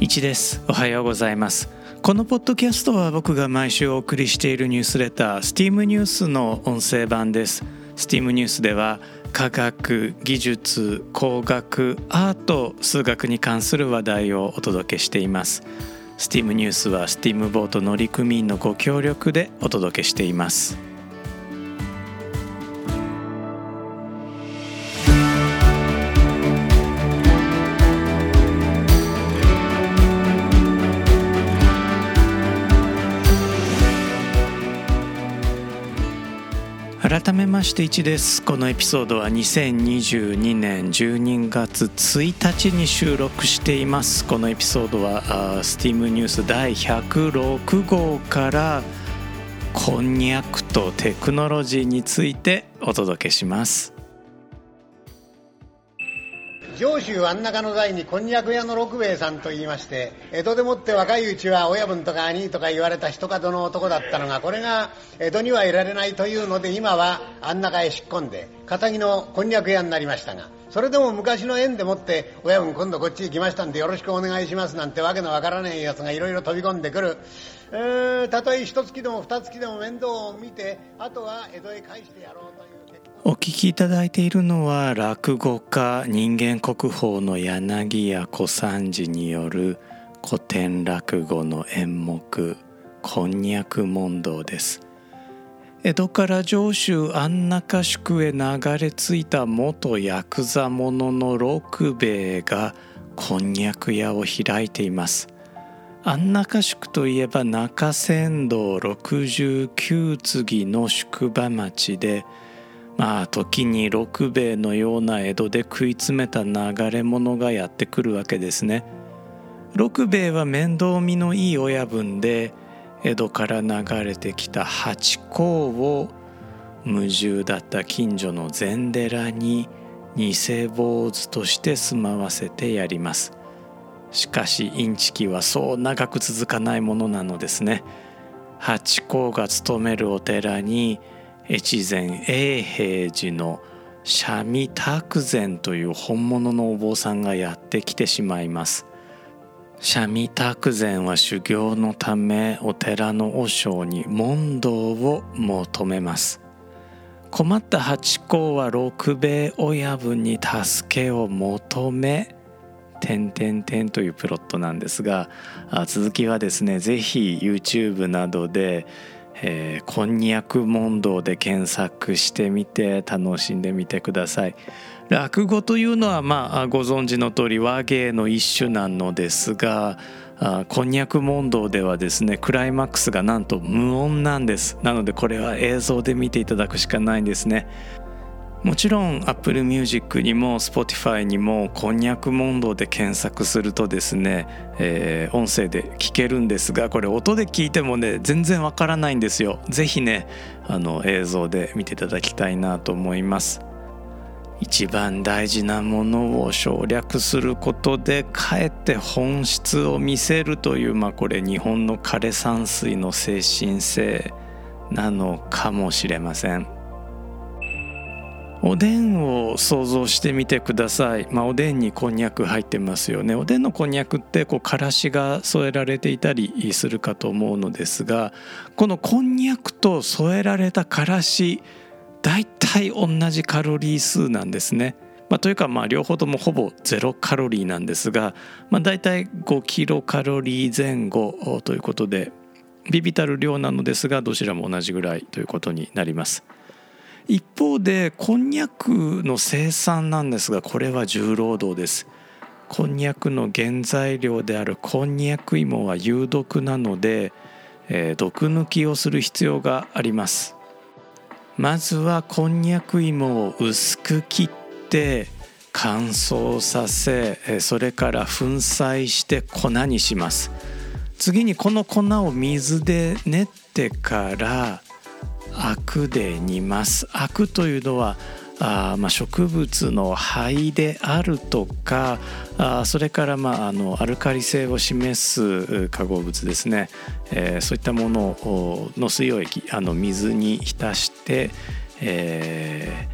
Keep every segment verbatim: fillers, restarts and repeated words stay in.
ちです。おはようございます。このポッドキャストは僕が毎週お送りしているニュースレター STEAM ニュースの音声版です。 STEAM ニュースでは科学、技術、工学、アート、数学に関する話題をお届けしています。 STEAM ニュースは STEAM ボート乗組員のご協力でお届けしています。改めましていちです。このエピソードはにせんにじゅうにねんじゅうにがつついたちに収録しています。このエピソードは STEAM ニュースだいひゃくろくごうからこんにゃくとテクノロジーについてお届けします。 上州安中の代にこんにゃく屋の六兵衛さんといいまして、江戸でもって若いうちは親分とか兄とか言われた一角の男だったのが、これが江戸にはいられないというので今は安中へ引っ込んで堅気のこんにゃく屋になりましたが、それでも昔の縁でもって親分今度こっちへ来ましたんでよろしくお願いしますなんてわけのわからないやつがいろいろ飛び込んでくる。えー、たとえ一月でも二月でも面倒を見て、あとは江戸へ返してやろうという。 お聞きいただいているのは落語家人間国宝の柳家小三治による古典落語の演目こんにゃく問答です。江戸から上州安中宿へ流れ着いた元ヤクザ者の六兵衛がこんにゃく屋を開いています。安中宿といえば中山道ろくじゅうきゅう次の宿場町で、まあ時に六兵衛のような江戸で食い詰めた流れ者がやってくるわけですね。六兵衛は面倒見のいい親分で、江戸から流れてきた八公を無住だった近所の禅寺に偽坊主として住まわせてやります。しかしインチキはそう長く続かないものなのですね。八公が勤めるお寺に越前永平寺の三味卓禅という本物のお坊さんがやってきてしまいます。三味卓禅は修行のためお寺の和尚に問答を求めます。困った八公は六兵衛親分に助けを求め点点点というプロットなんですが、続きはですね、ぜひ YouTube などでえー、こんにゃく問答で検索してみて楽しんでみてください。落語というのは、まあ、ご存知の通り話芸の一種なのですが、あこんにゃく問答ではですね、クライマックスがなんと無音なんです。なのでこれは映像で見ていただくしかないんですね。もちろん Apple Music にも Spotify にもこんにゃく問答で検索するとですね、えー、音声で聞けるんですが、これ音で聞いてもね全然わからないんですよ。ぜひねあの映像で見ていただきたいなと思います。一番大事なものを省略することでかえって本質を見せるという、まあこれ日本の枯山水の精神性なのかもしれません。おでんを想像してみてください。まあ、おでんにこんにゃく入ってますよね。おでんのこんにゃくってこうからしが添えられていたりするかと思うのですが、このこんにゃくと添えられたからしだいたい同じカロリー数なんですね。まあ、というかまあ両方ともほぼゼロカロリーなんですが、まあ、だいたいごキロカロリーぜん後ということで微々たる量なのですが、どちらも同じぐらいということになります。一方でこんにゃくの生産なんですが、これは重労働です。こんにゃくの原材料であるこんにゃく芋は有毒なので、えー、毒抜きをする必要があります。まずはこんにゃく芋を薄く切って乾燥させ、それから粉砕して粉にします。次にこの粉を水で練ってからアクで煮ます。アクというのはあまあ植物の灰であるとか、あそれからまああのアルカリ性を示す化合物ですね、えー、そういったものをの水溶液あの水に浸して、え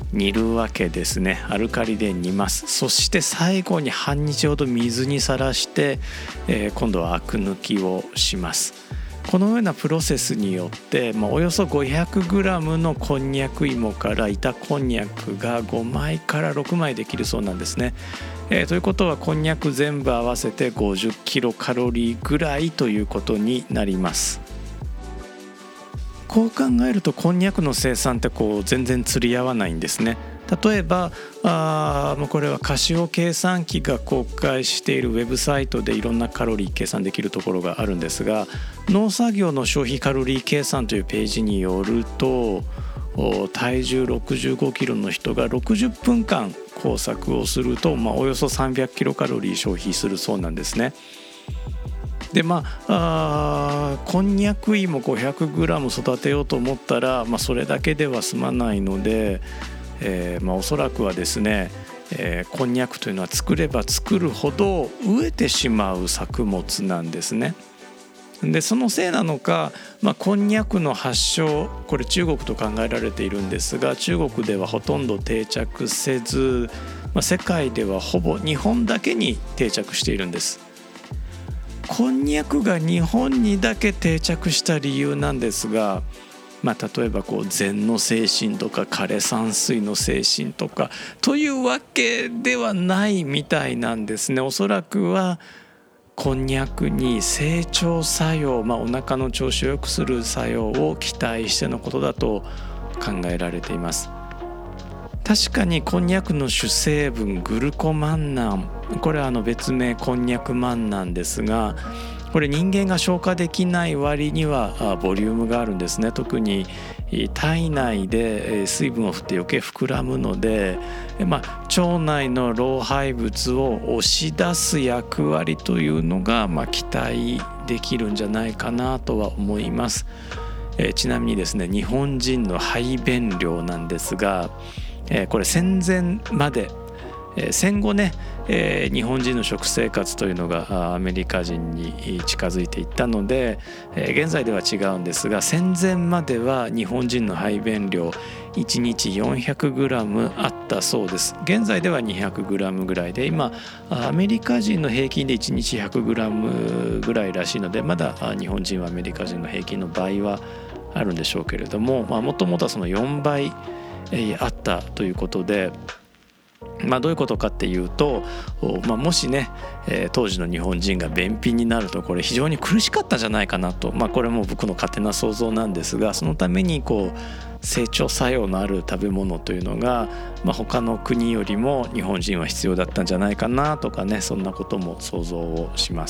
煮るわけですね。アルカリで煮ます。そして最後に半日ほど水にさらして、えー、今度はアク抜きをします。このようなプロセスによって、まあ、およそ ごひゃくグラム のこんにゃく芋から板こんにゃくがごまいからろくまいできるそうなんですね。えー、ということはこんにゃく全部合わせてごじゅっキロカロリーぐらいということになります。こう考えるとこんにゃくの生産ってこう全然釣り合わないんですね。例えばあこれはカシオ計算機が公開しているウェブサイトでいろんなカロリー計算できるところがあるんですが、農作業の消費カロリー計算というページによると、体重ろくじゅうごキロの人がろくじゅっぷんかん工作をすると、まあ、およそさんびゃくキロカロリー消費するそうなんですね。でまあ、あこんにゃく芋 ごひゃくグラム 育てようと思ったら、まあ、それだけでは済まないので、えーまあ、おそらくはですね、えー、こんにゃくというのは作れば作るほど飢えてしまう作物なんですね。でそのせいなのか、まあ、こんにゃくの発祥、これ中国と考えられているんですが、中国ではほとんど定着せず、まあ、世界ではほぼ日本だけに定着しているんです。こんにゃくが日本にだけ定着した理由なんですが、まあ、例えばこう禅の精神とか枯山水の精神とかというわけではないみたいなんですね。おそらくはこんにゃくに整腸作用、まあ、お腹の調子を良くする作用を期待してのことだと考えられています。確かにこんにゃくの主成分グルコマンナン、これはあの別名こんにゃくマンなんですが、これ人間が消化できない割にはボリュームがあるんですね。特に体内で水分を振って余計膨らむので、まあ、腸内の老廃物を押し出す役割というのが、まあ、期待できるんじゃないかなとは思います。えー、ちなみにですね、日本人の排便量なんですが、えー、これ戦前まで、えー、戦後ね、えー、日本人の食生活というのがアメリカ人に近づいていったので、えー、現在では違うんですが、戦前までは日本人の排便量いちにち よんひゃくグラム あったそうです。現在では にひゃくグラム ぐらいで、今アメリカ人の平均でいちにち ひゃくグラム ぐらいらしいので、まだ日本人はアメリカ人の平均の倍はあるんでしょうけれども、もともとはそのよんばいあったということで、まあ、どういうことかっていうと、まあ、もしね、えー、当時の日本人が便秘になるとこれ非常に苦しかったんじゃないかなと、まあ、これも僕の勝手な想像なんですが、そのためにこう整腸作用のある食べ物というのが、まあ、他の国よりも日本人は必要だったんじゃないかなとかね、そんなことも想像をします。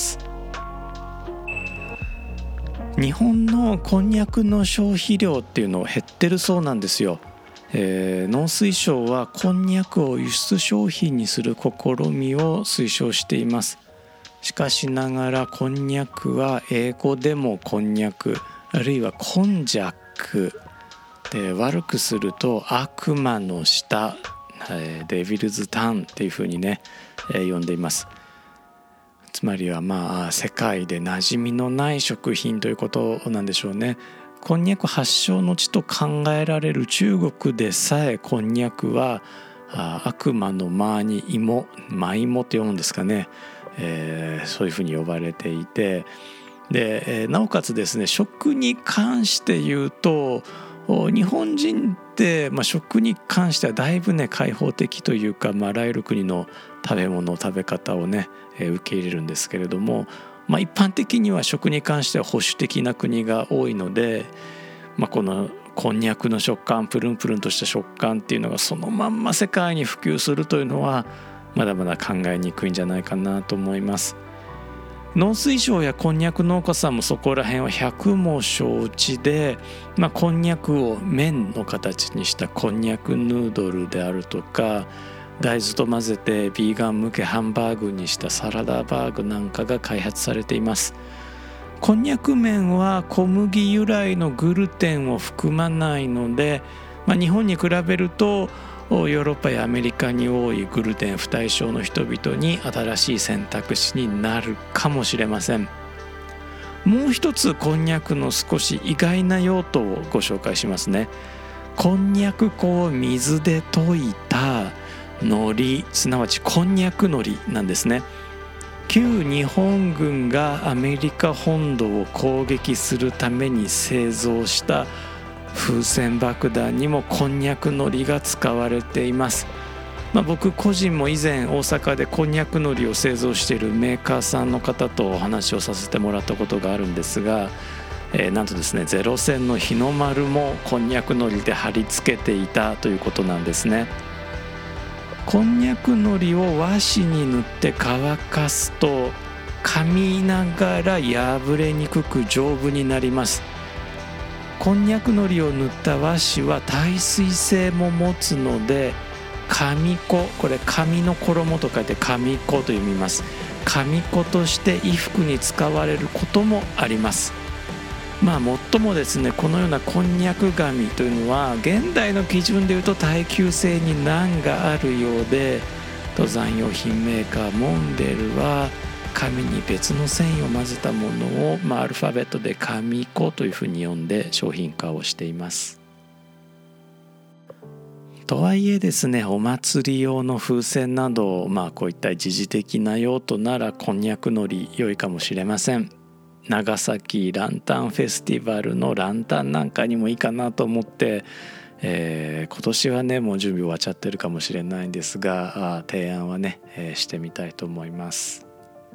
日本のこんにゃくの消費量っていうの減ってるそうなんですよ。えー、農水省はこんにゃくを輸出商品にする試みを推奨しています。しかしながらこんにゃくは英語でもこんにゃく、あるいはこんじゃくで、悪くすると悪魔の舌、えー、デビルズタンっていうふうにね、えー、呼んでいます。つまりはまあ世界で馴染みのない食品ということなんでしょうね。こんにゃく発祥の地と考えられる中国でさえ、こんにゃくは悪魔の間に芋、真芋って読むんですかね、えー、そういうふうに呼ばれていて、で、えー、なおかつですね、食に関して言うと日本人って、まあ、食に関してはだいぶね開放的というか、まあ、あらゆる国の食べ物食べ方をね、えー、受け入れるんですけれども、まあ、一般的には食に関しては保守的な国が多いので、まあ、このこんにゃくの食感、プルンプルンとした食感っていうのがそのまんま世界に普及するというのはまだまだ考えにくいんじゃないかなと思います。農水省やこんにゃく農家さんもそこら辺は百も承知で、まあ、こんにゃくを麺の形にしたこんにゃくヌードルであるとか、大豆と混ぜてビーガン向けハンバーグにしたサラダバーグなんかが開発されています。こんにゃく麺は小麦由来のグルテンを含まないので、まあ、日本に比べるとヨーロッパやアメリカに多いグルテン不対症の人々に新しい選択肢になるかもしれません。もう一つこんにゃくの少し意外な用途をご紹介しますね。 こんにゃく粉を水で溶いた海苔、すなわちこんにゃく海苔なんですね。旧日本軍がアメリカ本土を攻撃するために製造した風船爆弾にもこんにゃく海苔が使われています。まあ、僕個人も以前大阪でこんにゃく海苔を製造しているメーカーさんの方とお話をさせてもらったことがあるんですが、えー、なんとですねゼロ戦の日の丸もこんにゃく海苔で貼り付けていたということなんですね。こんにゃく海苔を和紙に塗って乾かすと噛みながら破れにくく丈夫になります。こんにゃく海苔を塗った和紙は耐水性も持つので、紙粉、これ紙の衣と書いて紙粉と読みます。紙粉として衣服に使われることもあります。まあもっともですね、このようなこんにゃく紙というのは現代の基準でいうと耐久性に難があるようで、登山用品メーカーモンデルは紙に別の繊維を混ぜたものを、まあ、アルファベットで紙粉というふうに呼んで商品化をしています。とはいえですね、お祭り用の風船など、まあこういった一時的な用途ならこんにゃく海苔良いかもしれません。長崎ランタンフェスティバルのランタンなんかにもいいかなと思って、えー、今年はねもう準備終わっちゃってるかもしれないんですが、提案はね、えー、してみたいと思います。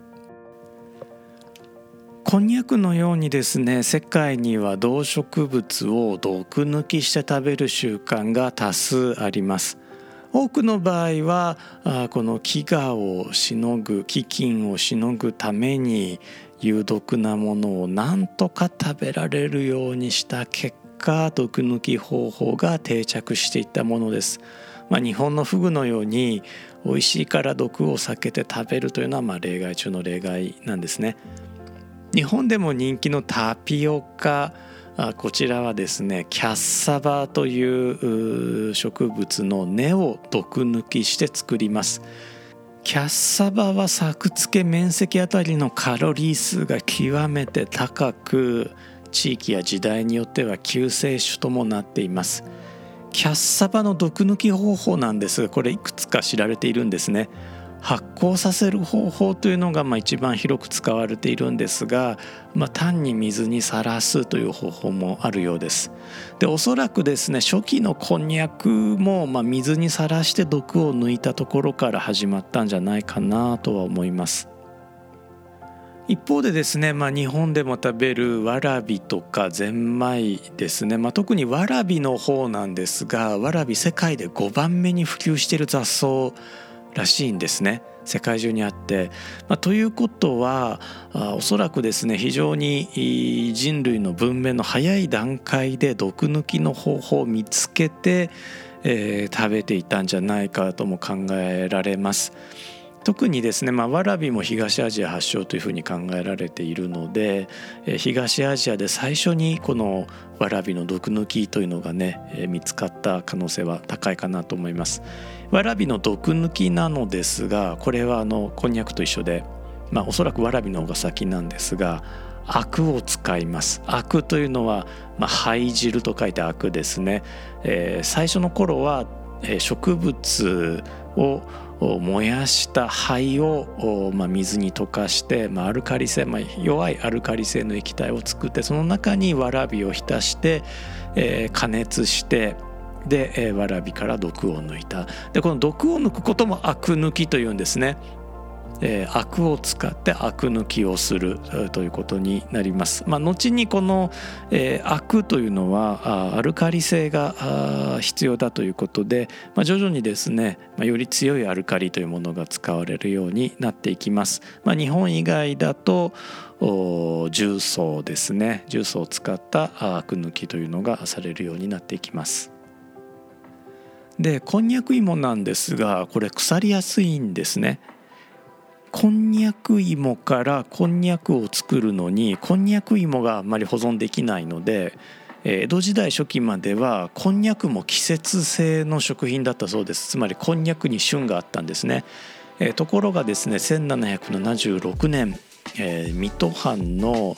こんにゃくのようにですね、世界には動植物を毒抜きして食べる習慣が多数あります。多くの場合はこの飢餓をしのぐ、飢饉をしのぐために有毒なものを何とか食べられるようにした結果、毒抜き方法が定着していったものです。まあ、日本のフグのように美味しいから毒を避けて食べるというのはまあ例外中の例外なんですね。日本でも人気のタピオカ、こちらはですねキャッサバという植物の根を毒抜きして作ります。キャッサバは作付け面積あたりのカロリー数が極めて高く、地域や時代によっては救世主ともなっています。キャッサバの毒抜き方法なんですが、これいくつか知られているんですね。発酵させる方法というのがまあ一番広く使われているんですが、まあ、単に水にさらすという方法もあるようです。で、おそらくですね初期のこんにゃくもまあ水にさらして毒を抜いたところから始まったんじゃないかなとは思います。一方でですね、まあ、日本でも食べるわらびとかゼンマイですね、まあ、特にわらびの方なんですが、わらび世界でごばんめに普及している雑草らしいんですね。世界中にあって、まあ、ということはあおそらくですね非常に人類の文明の早い段階で毒抜きの方法を見つけて、えー、食べていたんじゃないかとも考えられます。特にですね、まあ、わらびも東アジア発祥というふうに考えられているので、えー、東アジアで最初にこのわらびの毒抜きというのがね、えー、見つかった可能性は高いかなと思います。わらびの毒抜きなのですが、これはあのこんにゃくと一緒で、まあ、おそらくわらびの方が先なんですが、アクを使います。アクというのは、まあ、灰汁と書いてアクですね。えー、最初の頃は、えー、植物を燃やした灰を、まあ、水に溶かして、まあ、アルカリ性、まあ、弱いアルカリ性の液体を作って、その中にわらびを浸して、えー、加熱してで、えー、わらびから毒を抜いた。でこの毒を抜くこともアク抜きというんですね。えー、アクを使ってアク抜きをするということになります。まあ、後にこの、えー、アクというのはアルカリ性が必要だということで、まあ、徐々にですね、まあ、より強いアルカリというものが使われるようになっていきます。まあ、日本以外だと重曹ですね、重曹を使ったアク抜きというのがされるようになっていきます。でこんにゃく芋なんですが、これ腐りやすいんですね。こんにゃく芋からこんにゃくを作るのにこんにゃく芋があまり保存できないので、江戸時代初期まではこんにゃくも季節性の食品だったそうです。つまりこんにゃくに旬があったんですね。えー、ところがですねせんななひゃくななじゅうろくねん、えー、水戸藩の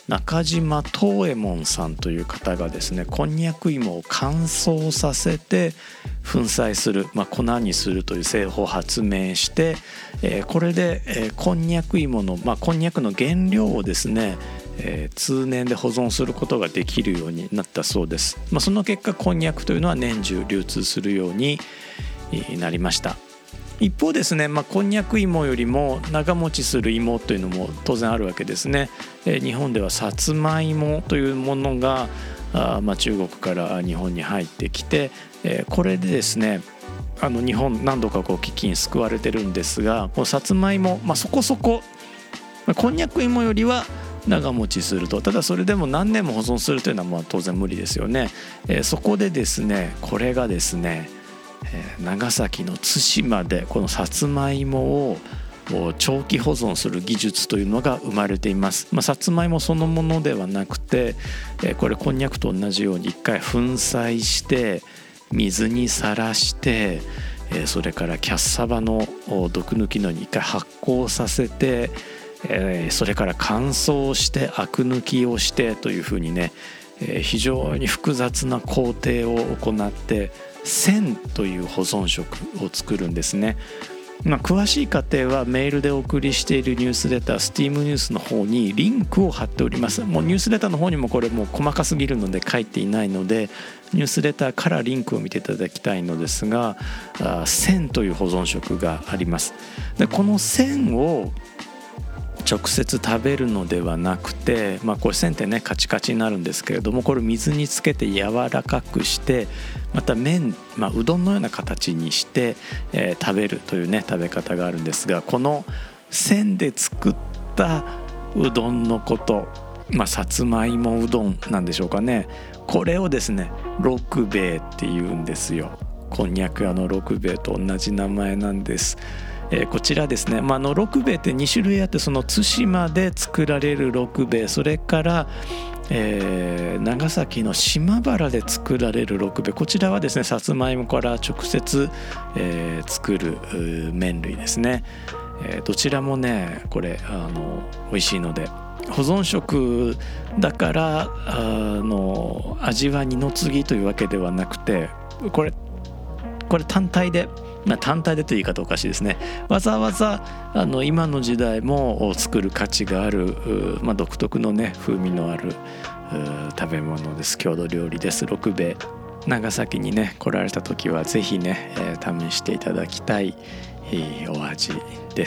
中島藤右衛門さんという方がですね、こんにゃく芋を乾燥させて粉砕する、まあ、粉にするという製法を発明して、えー、これで、えー、こんにゃく芋の、まあ、こんにゃくの原料をですね、えー、通年で保存することができるようになったそうです。まあ、その結果こんにゃくというのは年中流通するようになりました。一方ですね、まあ、こんにゃく芋よりも長持ちする芋というのも当然あるわけですね。えー、日本ではさつまいもというものがあ、まあ、中国から日本に入ってきて、えー、これでですね、あの日本何度かこう飢饉に救われてるんですが、このさつまいも、まあ、そこそこ、まあ、こんにゃく芋よりは長持ちすると。ただそれでも何年も保存するというのはまあ当然無理ですよね。えー、そこでですね、これがですね、えー、長崎の対馬でこのさつまいもを長期保存する技術というのが生まれています。まあ、さつまいもそのものではなくて、えー、これこんにゃくと同じように一回粉砕して水にさらして、えー、それからキャッサバの毒抜きのように一回発酵させて、えー、それから乾燥してアク抜きをしてというふうにね、えー、非常に複雑な工程を行って鮮という保存食を作るんですね。まあ、詳しい過程はメールでお送りしているニュースレタースティームニュースの方にリンクを貼っております。もうニュースレターの方にもこれもう細かすぎるので書いていないので、ニュースレターからリンクを見ていただきたいのですが、鮮という保存食があります。でこの鮮を直接食べるのではなくて、まあ、これ鮮ってねカチカチになるんですけれども、これ水につけて柔らかくしてまた麺、まあ、うどんのような形にして、えー、食べるというね食べ方があるんですが、この鮮で作ったうどんのこと、まあ、さつまいもうどんなんでしょうかね。これをですね六兵衛っていうんですよ。こんにゃく屋の六兵衛と同じ名前なんです。えー、こちらですね、まあ、あの六兵衛ってに種類あって、その対馬で作られる六兵衛、それから、えー、長崎の島原で作られる六兵衛、こちらはですねさつまいもから直接、えー、作る麺類ですね。えー、どちらもねこれあの美味しいので、保存食だからあの味は二の次というわけではなくて、これこれ単体で、まあ、単体でという言い方おかしいですね。わざわざあの今の時代も作る価値がある、まあ、独特のね風味のある食べ物です。郷土料理です。六兵衛、長崎にね来られた時はぜひね、えー、試していただきたい、えー、お味です。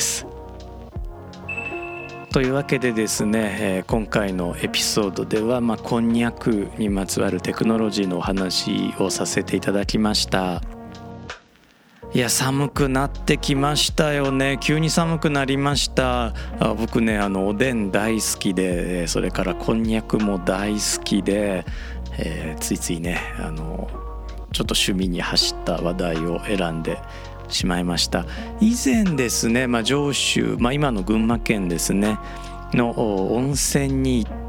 というわけでですね、えー、今回のエピソードでは、まあ、こんにゃくにまつわるテクノロジーのお話をさせていただきました。いや寒くなってきましたよね。急に寒くなりました。あ僕ねあのおでん大好きで、それからこんにゃくも大好きで、えー、ついついねあのちょっと趣味に走った話題を選んでしまいました。以前ですね、まあ、上州、まあ、今の群馬県ですねの温泉に行って、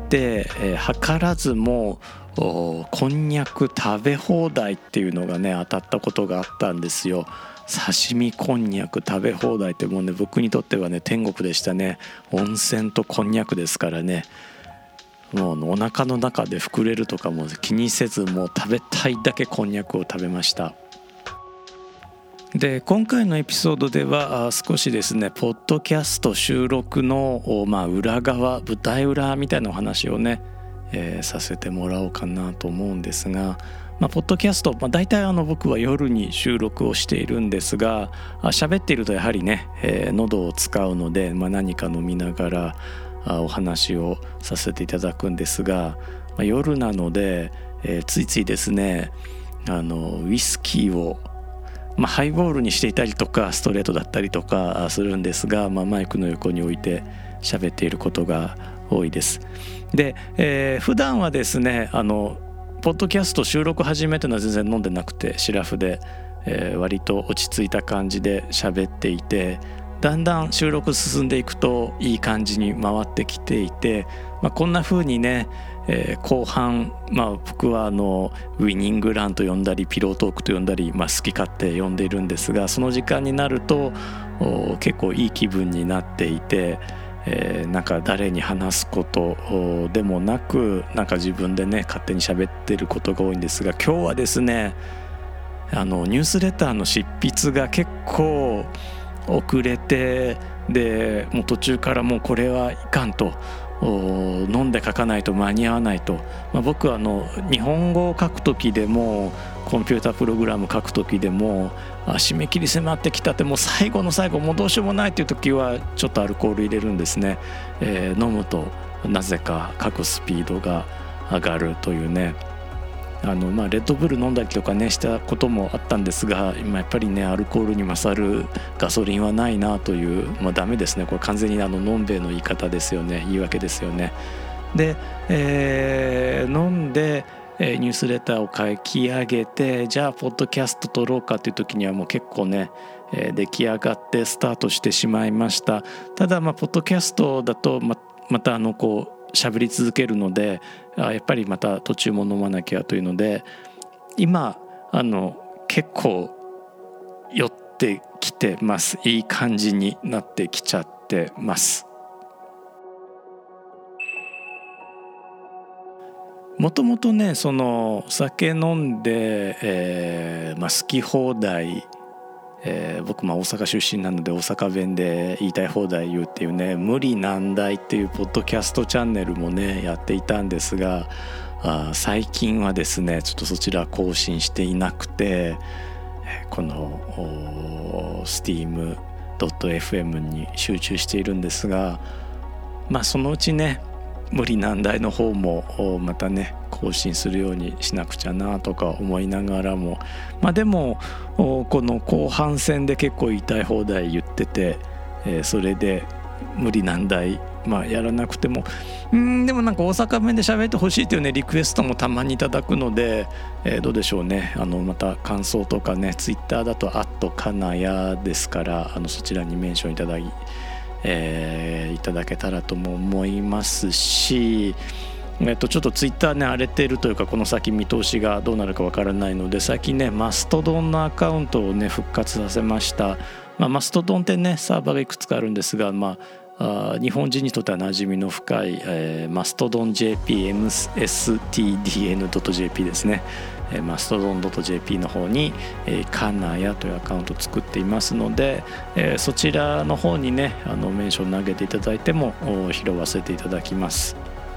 えー、図らずもこんにゃく食べ放題っていうのがね当たったことがあったんですよ。刺身こんにゃく食べ放題ってもうね僕にとってはね天国でしたね。温泉とこんにゃくですからね、もうお腹の中で膨れるとかも気にせず、もう食べたいだけこんにゃくを食べました。で今回のエピソードでは少しですねポッドキャスト収録の、まあ、裏側舞台裏みたいなお話をね、えー、させてもらおうかなと思うんですが、まあ、ポッドキャスト、まあ、大体あの僕は夜に収録をしているんですが、喋っているとやはりね、えー、喉を使うので、まあ、何か飲みながらあお話をさせていただくんですが、まあ、夜なので、えー、ついついですねあのウイスキーをまあ、ハイボールにしていたりとかストレートだったりとかするんですが、まあ、マイクの横に置いて喋っていることが多いです。で、えー、普段はですねあのポッドキャスト収録始めというのは全然飲んでなくてシラフで、えー、割と落ち着いた感じで喋っていて、だんだん収録進んでいくといい感じに回ってきていて、まあ、こんな風にねえー、後半、まあ、僕はあのウィニングランと呼んだりピロートークと呼んだり、まあ、好き勝手呼んでいるんですが、その時間になると結構いい気分になっていて、 えー、なんか誰に話すことでもなく、なんか自分でね勝手に喋ってることが多いんですが、今日はですねあのニュースレターの執筆が結構遅れて、でもう途中からもうこれはいかんと、飲んで書かないと間に合わないと、まあ、僕はあの日本語を書く時でもコンピュータープログラム書く時でも、あ締め切り迫ってきたって、もう最後の最後もうどうしようもないっていう時はちょっとアルコール入れるんですね、えー、飲むとなぜか書くスピードが上がるというね、あのまあレッドブル飲んだりとかねしたこともあったんですが、今やっぱりねアルコールに勝るガソリンはないなという、まあ、ダメですね、これ完全にあののんべえの言い方ですよね、言い訳ですよね。で、えー、飲んでえー、ニュースレターを書き上げて、じゃあポッドキャスト撮ろうかっていう時にはもう結構ね、えー、出来上がってスタートしてしまいました。ただまあポッドキャストだと ま, またあのこう喋り続けるので、あやっぱりまた途中も飲まなきゃというので、今あの結構酔ってきてます。いい感じになってきちゃってます。もともとねそのお酒飲んで、えーまあ、好き放題、えー、僕まあ大阪出身なので大阪弁で言いたい放題言うっていうね、無理難題っていうポッドキャストチャンネルもねやっていたんですが、あ最近はですねちょっとそちら更新していなくて、この スティームドットエフエム に集中しているんですが、まあそのうちね無理難題の方もまたね更新するようにしなくちゃなとか思いながらも、まあでもこの後半戦で結構言いたい放題言ってて、えー、それで無理難題まあやらなくても、うーんでもなんか大阪弁で喋ってほしいというねリクエストもたまにいただくので、えー、どうでしょうね、あのまた感想とかねツイッターだとアットかなやですから、あのそちらにメンションいただきえー、いただけたらとも思いますし、えっと、ちょっとツイッターね荒れているというか、この先見通しがどうなるかわからないので、最近ねマストドンのアカウントをね復活させました。まあ、マストドンってねサーバーがいくつかあるんですが、まあ、あ日本人にとっては馴染みの深い、えー、マストドン ジェーピー エムエスティーディーエヌドットジェーピー ですね。マストドン ドット ジェーピー の方にかなやというアカウントを作っていますので、えー、そちらの方にねあのメンション投げていただいても拾わせていただきます。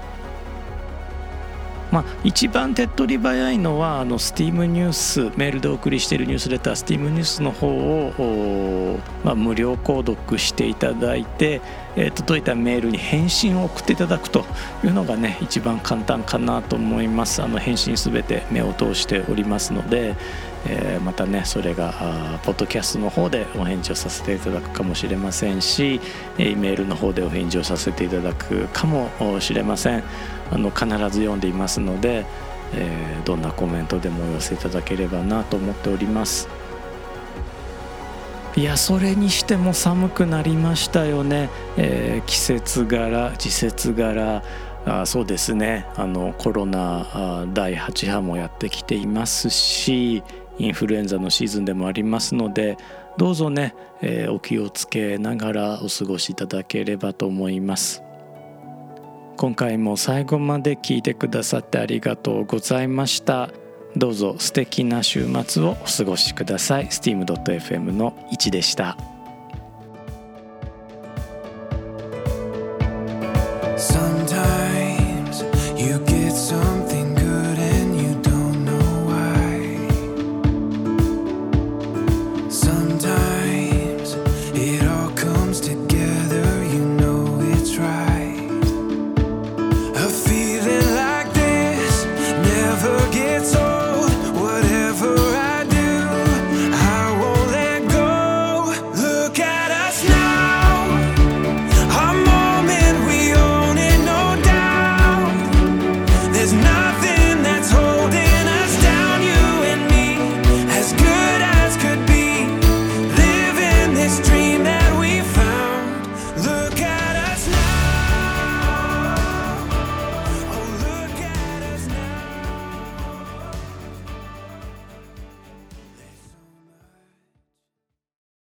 まあ、一番手っ取り早いのはあの Steam ニュース、メールでお送りしているニュースレター Steam ニュースの方を、まあ、無料購読していただいて、えー、届いたメールに返信を送っていただくというのがね一番簡単かなと思います。あの返信すべて目を通しておりますので、えー、またねそれがポッドキャストの方でお返事をさせていただくかもしれませんし、メールの方でお返事をさせていただくかもしれません。あの必ず読んでいますので、えー、どんなコメントでもお寄せいただければなと思っております。いやそれにしても寒くなりましたよね、えー、季節柄時節柄、あそうですね、あのコロナだいはち波もやってきていますし、インフルエンザのシーズンでもありますので、どうぞね、えー、お気をつけながらお過ごしいただければと思います。今回も最後まで聞いてくださってありがとうございました。どうぞ素敵な週末をお過ごしください。 スティームドットエフエム のいちでした。